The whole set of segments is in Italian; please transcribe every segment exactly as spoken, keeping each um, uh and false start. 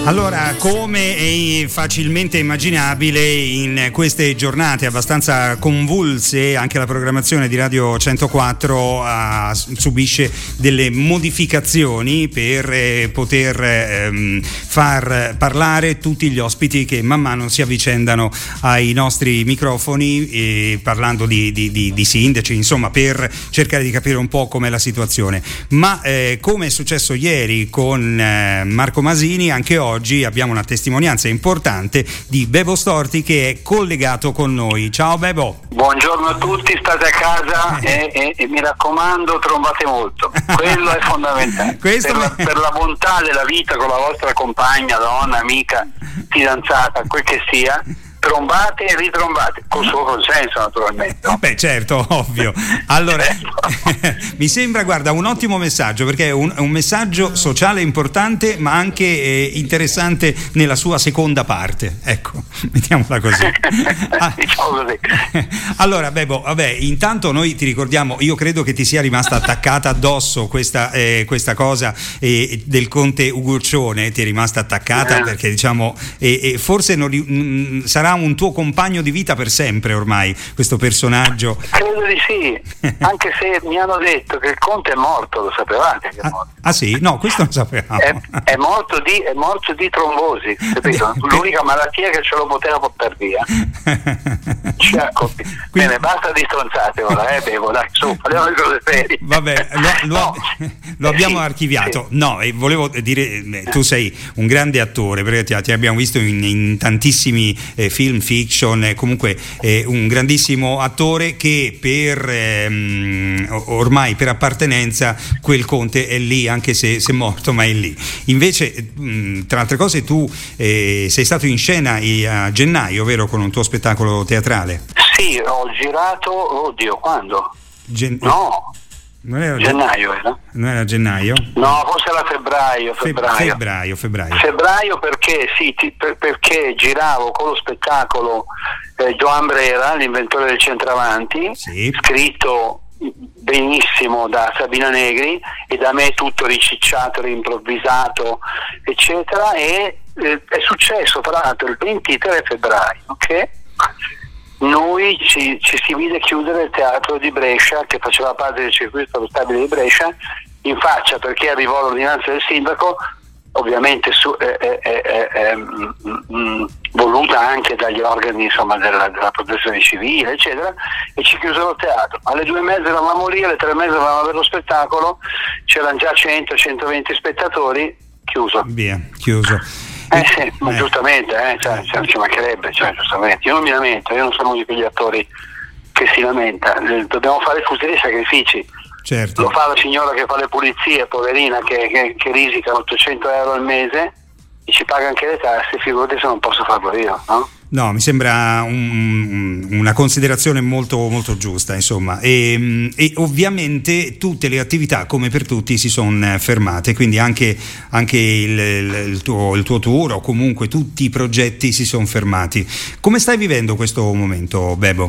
Allora, come è facilmente immaginabile, in queste giornate abbastanza convulse anche la programmazione di Radio centoquattro uh, subisce delle modificazioni per eh, poter eh, far parlare tutti gli ospiti che man mano si avvicendano ai nostri microfoni, eh, parlando di, di, di, di sindaci, insomma, per cercare di capire un po' com'è la situazione. Ma eh, come è successo ieri con eh, Marco Masini, anche oggi Oggi abbiamo una testimonianza importante di Bebo Storti, che è collegato con noi. Ciao Bebo. Buongiorno a tutti, state a casa e, e, e mi raccomando, trombate molto. Quello è fondamentale. per, la, per la bontà della vita con la vostra compagna, donna, amica, fidanzata, quel che sia. Trombate e ritrombate, col suo consenso naturalmente. No? Beh, certo, ovvio. Allora, mi sembra, guarda, un ottimo messaggio, perché è un, un messaggio sociale importante, ma anche eh, interessante nella sua seconda parte. Ecco, mettiamola così. Ah, diciamo così. Allora, Bebo, vabbè, intanto noi ti ricordiamo, io credo che ti sia rimasta attaccata addosso questa, eh, questa cosa eh, del conte Ugurcione, ti è rimasta attaccata eh. perché diciamo, eh, eh, forse non, mh, sarà un tuo compagno di vita per sempre ormai questo personaggio. Credo di sì, anche se mi hanno detto che il conte è morto, lo sapevate che è morto. Ah, ah sì? No, questo non sapevamo. È, è, morto di, è morto di trombosi, capito? L'unica malattia che ce lo poteva portare via. Quindi... Bene, basta di stronzate ora, eh, Bevo, dai, su, parliamo di cose serie. Vabbè, lo, lo, no. lo abbiamo sì, archiviato. Sì. No, e volevo dire, tu sei un grande attore, perché ti, ti abbiamo visto in, in tantissimi eh, film film, fiction, eh, comunque eh, un grandissimo attore che per ehm, ormai per appartenenza quel conte è lì, anche se è morto, ma è lì. Invece mh, tra altre cose tu eh, sei stato in scena a gennaio, vero, con un tuo spettacolo teatrale? Sì, ho girato, oddio, quando? Gen- no Non era gennaio era? Non era gennaio? No, forse era febbraio febbraio Fe- febbraio, febbraio. Febbraio perché sì, ti, per, perché giravo con lo spettacolo eh, Joan Brera, l'inventore del centravanti, sì. Scritto benissimo da Sabina Negri e da me tutto ricicciato, rimprovvisato, eccetera, e eh, è successo tra l'altro il ventitré febbraio che noi ci, ci si vide chiudere il teatro di Brescia, che faceva parte del circuito stabile di Brescia, in faccia, perché arrivò l'ordinanza del sindaco, ovviamente su, eh, eh, eh, eh, mh, mh, voluta anche dagli organi, insomma, della, della protezione civile, eccetera, e ci chiusero il teatro. Alle due e mezza eravamo lì, alle tre e mezza eravamo a vedere lo spettacolo, c'erano già cento centoventi spettatori, chiuso. Via, chiuso. Eh sì, ma eh. giustamente, eh, cioè, cioè, ci mancherebbe, cioè, giustamente. Io non mi lamento, io non sono uno di quegli attori che si lamenta, dobbiamo fare futili sacrifici. Certo. Lo fa la signora che fa le pulizie, poverina, che, che, che risica ottocento euro al mese e ci paga anche le tasse, figurati se non posso farlo io, no? No, mi sembra un, una considerazione molto molto giusta, insomma, e, e ovviamente tutte le attività, come per tutti, si sono fermate, quindi anche, anche il, il, il, tuo, il tuo tour o comunque tutti i progetti si sono fermati. Come stai vivendo questo momento, Bebo?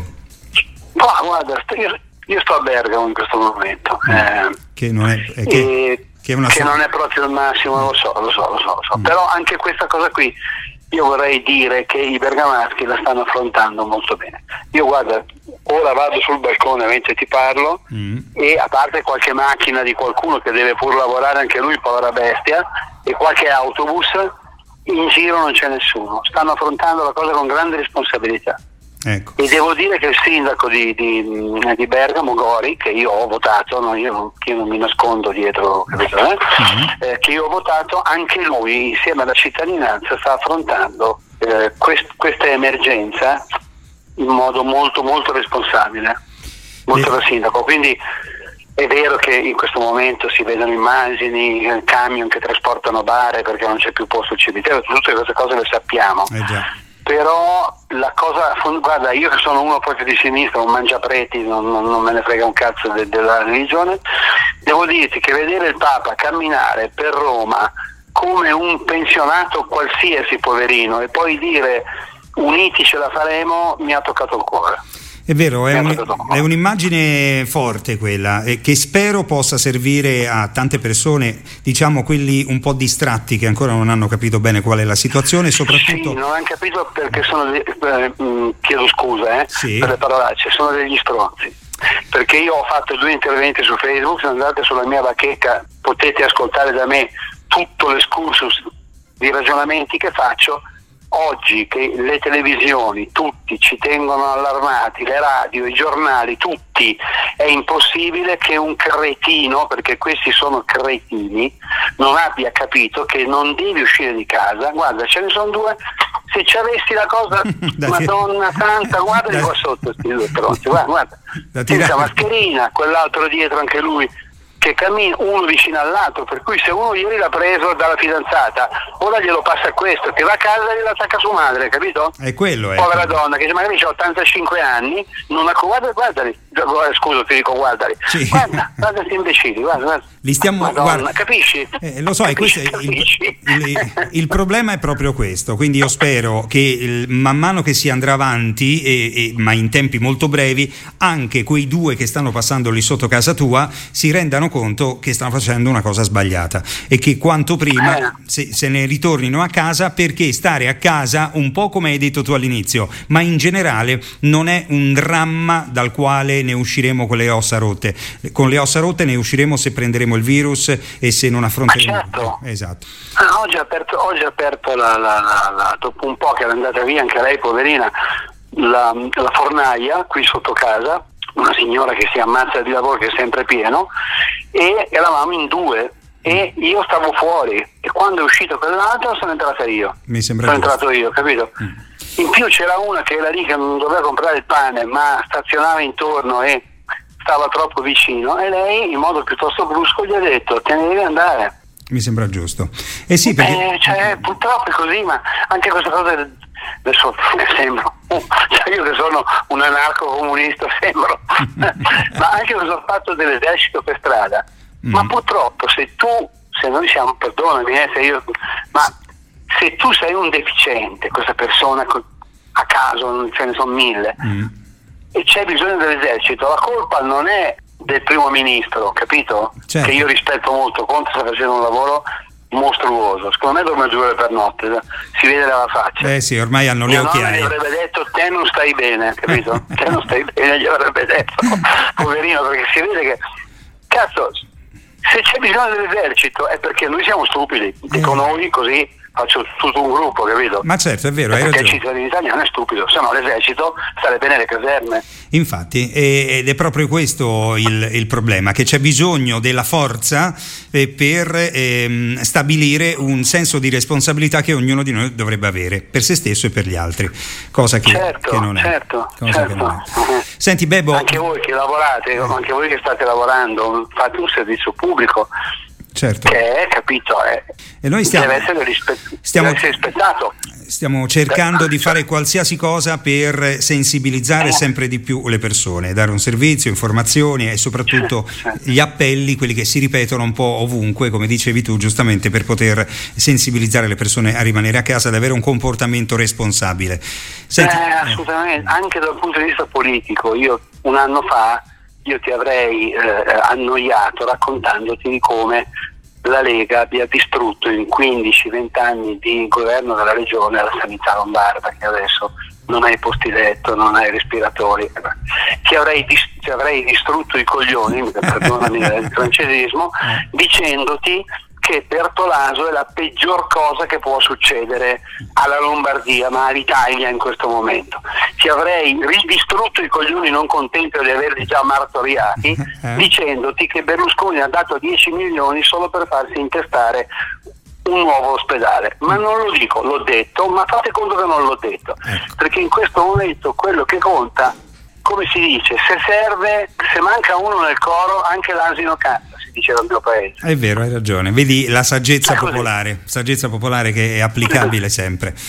Ma guarda, io, io sto a Bergamo in questo momento, eh, che non è, è che, e, che è una che non è proprio il massimo, lo so, lo so, lo so, lo so. Mm. Però anche questa cosa qui io vorrei dire che i bergamaschi la stanno affrontando molto bene. Io guarda, ora vado sul balcone mentre ti parlo mm. e a parte qualche macchina di qualcuno che deve pur lavorare anche lui, povera bestia, e qualche autobus, in giro non c'è nessuno. Stanno affrontando la cosa con grande responsabilità. Ecco. E devo dire che il sindaco di, di, di Bergamo, Gori, che io ho votato, no, io, io non mi nascondo dietro, capito, eh? Mm-hmm. Eh, che io ho votato, anche lui insieme alla cittadinanza sta affrontando eh, quest, questa emergenza in modo molto molto responsabile, molto da sindaco. Quindi è vero che in questo momento si vedono immagini, camion che trasportano bare perché non c'è più posto al cimitero, tutte queste cose le sappiamo. Eh già. Però la cosa, guarda, io che sono uno proprio di sinistra, un mangiapreti, non, non, non me ne frega un cazzo de, della religione, devo dirti che vedere il Papa camminare per Roma come un pensionato qualsiasi, poverino, e poi dire uniti ce la faremo, mi ha toccato il cuore. È vero, è, un, è un'immagine forte quella, e che spero possa servire a tante persone, diciamo quelli un po' distratti che ancora non hanno capito bene qual è la situazione, soprattutto... Sì, non hanno capito perché sono, de- eh, chiedo scusa eh, sì. per le parolacce, sono degli stronzi. Perché io ho fatto due interventi su Facebook, se andate sulla mia bacheca potete ascoltare da me tutto l'escursus di ragionamenti che faccio. Oggi che le televisioni tutti ci tengono allarmati, le radio, i giornali, tutti, è impossibile che un cretino, perché questi sono cretini, non abbia capito che non devi uscire di casa. Guarda, ce ne sono due, se ci avessi la cosa, Madonna santa, guardali qua sotto questi due stronzi, guarda, guarda, senza mascherina, quell'altro dietro anche lui che cammina uno vicino all'altro, per cui se uno ieri l'ha preso dalla fidanzata, ora glielo passa a questo, che va a casa e gliela attacca sua madre, capito? È quello, è povera quello. donna che magari ha ottantacinque anni, non ha guarda, guardali, scusa ti dico guardali, sì. guarda, guarda questi imbecilli, guarda, guarda. Li stiamo, Madonna, guarda, capisci? Eh, lo so, capisci, questo è il, capisci? il, il problema è proprio questo, quindi io spero che il, man mano che si andrà avanti, e, e, ma in tempi molto brevi, anche quei due che stanno passando lì sotto casa tua si rendano conto che stanno facendo una cosa sbagliata e che quanto prima eh. se, se ne ritornino a casa, perché stare a casa, un po' come hai detto tu all'inizio, ma in generale non è un dramma dal quale ne usciremo con le ossa rotte. Con le ossa rotte ne usciremo se prenderemo il virus e se non affronteremo. Ma certo. eh, esatto. Ah, oggi ha aperto, oggi ha aperto la, la, la, la, dopo un po' che era andata via anche lei, poverina, la, la fornaia qui sotto casa, una signora che si ammazza di lavoro, che è sempre pieno, e eravamo in due e io stavo fuori e quando è uscito quell'altro sono entrata io. Mi sembra sono giusto. entrato io, capito? Mm. In più c'era una che era lì che non doveva comprare il pane, ma stazionava intorno e stava troppo vicino, e lei in modo piuttosto brusco gli ha detto: te ne devi andare. Mi sembra giusto. Eh sì, perché... eh, cioè, purtroppo è così, ma anche questa cosa adesso sembro, cioè io che sono un anarco-comunista sembro, ma anche questo fatto dell'esercito per strada, mm. ma purtroppo se tu, se noi siamo, perdonami eh, se io, ma se tu sei un deficiente, questa persona a caso, non ce ne sono mille, mm. e c'è bisogno dell'esercito, la colpa non è del primo ministro, capito? Certo. Che io rispetto molto, Conte sta facendo un lavoro mostruoso, secondo me dorme due ore per notte, si vede dalla faccia. Eh sì, ormai hanno le Mia nonna occhiaie. gli avrebbe detto: te non stai bene, capito? Te non stai bene, gli avrebbe detto, poverino, perché si vede che cazzo, se c'è bisogno dell'esercito è perché noi siamo stupidi, dico noi così faccio tutto un gruppo, capito? Ma certo, è vero, hai perché ragione. il cittadino italiano è stupido, se no l'esercito sarebbe nelle caserme. Infatti, ed è proprio questo il, il problema, che c'è bisogno della forza eh, per ehm, stabilire un senso di responsabilità che ognuno di noi dovrebbe avere per se stesso e per gli altri, cosa che, certo, che non è. Certo, cosa certo. Che non è. Senti Bebo, anche voi che lavorate, anche voi che state lavorando, fate un servizio pubblico. Certo. Che è, capito, è, e noi stiamo, deve essere, rispe- stiamo, deve essere rispettato. Stiamo cercando di fare qualsiasi cosa per sensibilizzare sempre di più le persone, dare un servizio, informazioni e soprattutto gli appelli, quelli che si ripetono un po' ovunque, come dicevi tu giustamente, per poter sensibilizzare le persone a rimanere a casa, ad avere un comportamento responsabile. Senti, eh, assolutamente, anche dal punto di vista politico. Io un anno fa io ti avrei eh, annoiato raccontandoti di come la Lega abbia distrutto in quindici venti anni di governo della regione la sanità lombarda, che adesso non ha i posti letto, non ha i respiratori. Ti avrei, dis- ti avrei distrutto i coglioni, perdonami il francesismo, dicendoti che Bertolaso è la peggior cosa che può succedere alla Lombardia, ma all'Italia in questo momento. Ti avrei ridistrutto i coglioni non contento di averli già martoriati, eh. dicendoti che Berlusconi ha dato dieci milioni solo per farsi intestare un nuovo ospedale. Ma non lo dico, l'ho detto, ma fate conto che non l'ho detto, perché in questo momento quello che conta, come si dice, se serve, se manca uno nel coro, anche l'asino canta, si diceva al mio paese. È vero, hai ragione. Vedi la saggezza popolare, saggezza popolare che è applicabile sempre.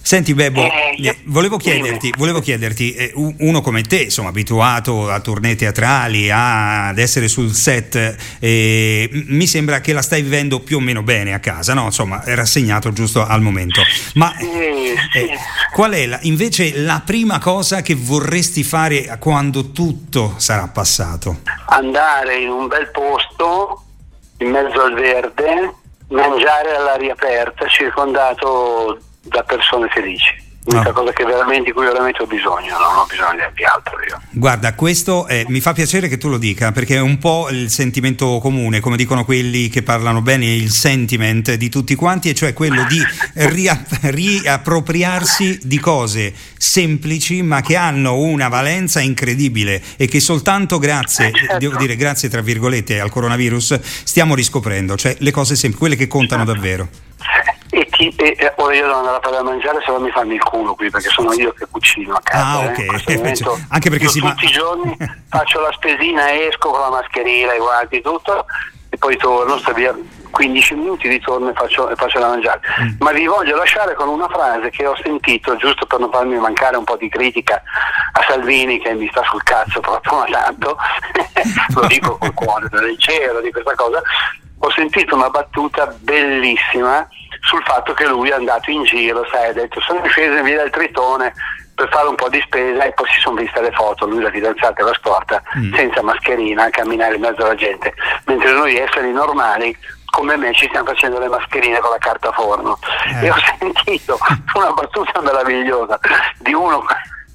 Senti Bebo, eh, volevo chiederti, volevo chiederti eh, uno come te, insomma, abituato a tournée teatrali, a, ad essere sul set, eh, mi sembra che la stai vivendo più o meno bene a casa, no? Insomma, è rassegnato giusto al momento. Ma eh, eh, qual è la, invece la prima cosa che vorresti fare quando tutto sarà passato? Andare in un bel posto, in mezzo al verde, mangiare all'aria aperta, circondato da persone felici. L'unica no. cosa che veramente, di cui veramente ho bisogno, non ho bisogno di altro io. Guarda, questo eh, mi fa piacere che tu lo dica, perché è un po' il sentimento comune, come dicono quelli che parlano bene, il sentiment di tutti quanti, e cioè quello di ria- riappropriarsi di cose semplici ma che hanno una valenza incredibile e che soltanto grazie, eh, certo. devo dire grazie tra virgolette al coronavirus, stiamo riscoprendo, cioè le cose semplici, quelle che contano certo. davvero. E, ti, e, e ora io devo andare a fare da mangiare, se no mi fanno il culo qui, perché sono io che cucino a casa. Ah, ok. Eh, momento, anche perché si tutti ma... i giorni faccio la spesina, esco con la mascherina, i guanti, tutto, e poi torno, sto via quindici minuti, ritorno e faccio, e faccio da mangiare. Mm. Ma vi voglio lasciare con una frase che ho sentito, giusto per non farmi mancare un po' di critica a Salvini, che mi sta sul cazzo proprio ma tanto, lo dico col cuore del cielo di questa cosa. Ho sentito una battuta bellissima sul fatto che lui è andato in giro, sai, ha detto sono sceso in via del Tritone per fare un po' di spesa, e poi si sono viste le foto, lui, la fidanzata e la scorta, mm. senza mascherina, a camminare in mezzo alla gente, mentre noi esseri normali come me ci stiamo facendo le mascherine con la carta forno. Eh. E ho sentito una battuta meravigliosa di uno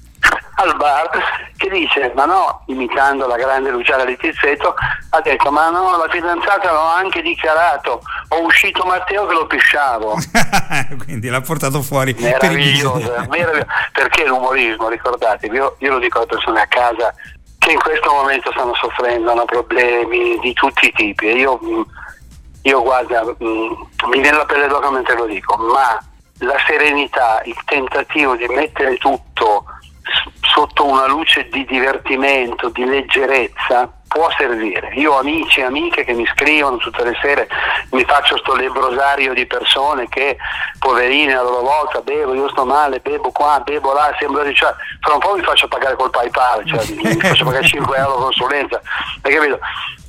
al bar che dice, ma no, imitando la grande Luciana Littizzetto, ha detto, ma no, la fidanzata l'ho anche dichiarato, ho uscito Matteo che lo pisciavo. Quindi l'ha portato fuori. Meraviglioso, per meraviglioso. Perché l'umorismo, ricordatevi, io, io lo dico alle persone a casa che in questo momento stanno soffrendo, hanno problemi di tutti i tipi, e io, io guarda, mi viene la pelle d'oca mentre lo dico, ma la serenità, il tentativo di mettere tutto sotto una luce di divertimento, di leggerezza, può servire. Io ho amici e amiche che mi scrivono tutte le sere, mi faccio sto lebrosario di persone che, poverine, a loro volta, bevo, io sto male, bevo qua, bevo là, sembra di cioè, fra un po' mi faccio pagare col PayPal, cioè mi faccio pagare cinque euro consulenza, hai capito?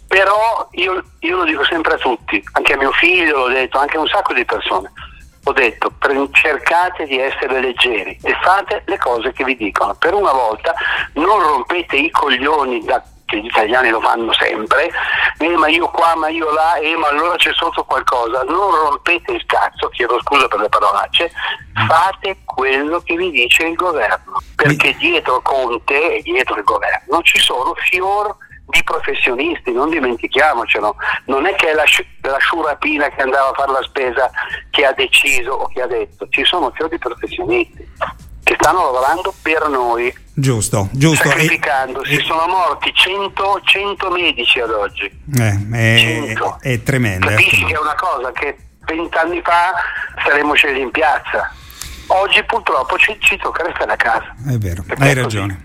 Però io, io lo dico sempre a tutti, anche a mio figlio l'ho detto, anche a un sacco di persone. Ho detto, cercate di essere leggeri e fate le cose che vi dicono. Per una volta non rompete i coglioni, da, che gli italiani lo fanno sempre, eh, ma io qua, ma io là, eh, ma allora c'è sotto qualcosa. Non rompete il cazzo, chiedo scusa per le parolacce, fate quello che vi dice il governo. Perché dietro Conte e dietro il governo ci sono fior di professionisti, non dimentichiamocelo. Non è che è la, la sciurapina che andava a fare la spesa che ha deciso o che ha detto, ci sono fior di professionisti che stanno lavorando per noi, giusto, giusto, sacrificandosi. E, sono morti cento, cento medici ad oggi, eh, è, è, è tremendo. Capisci è che è una cosa che vent'anni fa saremmo scesi in piazza, oggi purtroppo ci, ci tocca restare a casa. È vero, hai ragione.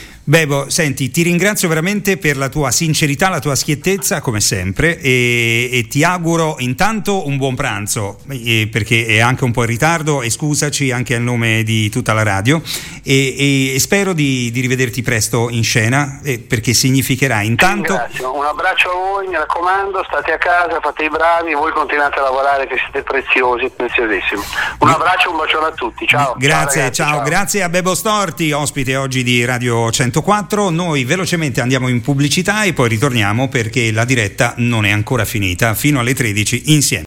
Bebo, senti, ti ringrazio veramente per la tua sincerità, la tua schiettezza, come sempre, e, e ti auguro intanto un buon pranzo, eh, perché è anche un po' in ritardo, e scusaci anche a nome di tutta la radio, e, e spero di, di rivederti presto in scena, eh, perché significherà intanto... Ringrazio, un abbraccio a voi, mi raccomando, state a casa, fate i bravi, voi continuate a lavorare, che siete preziosi, preziosissimi. Un abbraccio, un bacione a tutti, ciao. Grazie, ciao, ragazzi, ciao, ciao. Grazie a Bebo Storti, ospite oggi di Radio centoquattro. Noi velocemente andiamo in pubblicità e poi ritorniamo, perché la diretta non è ancora finita, fino alle tredici insieme.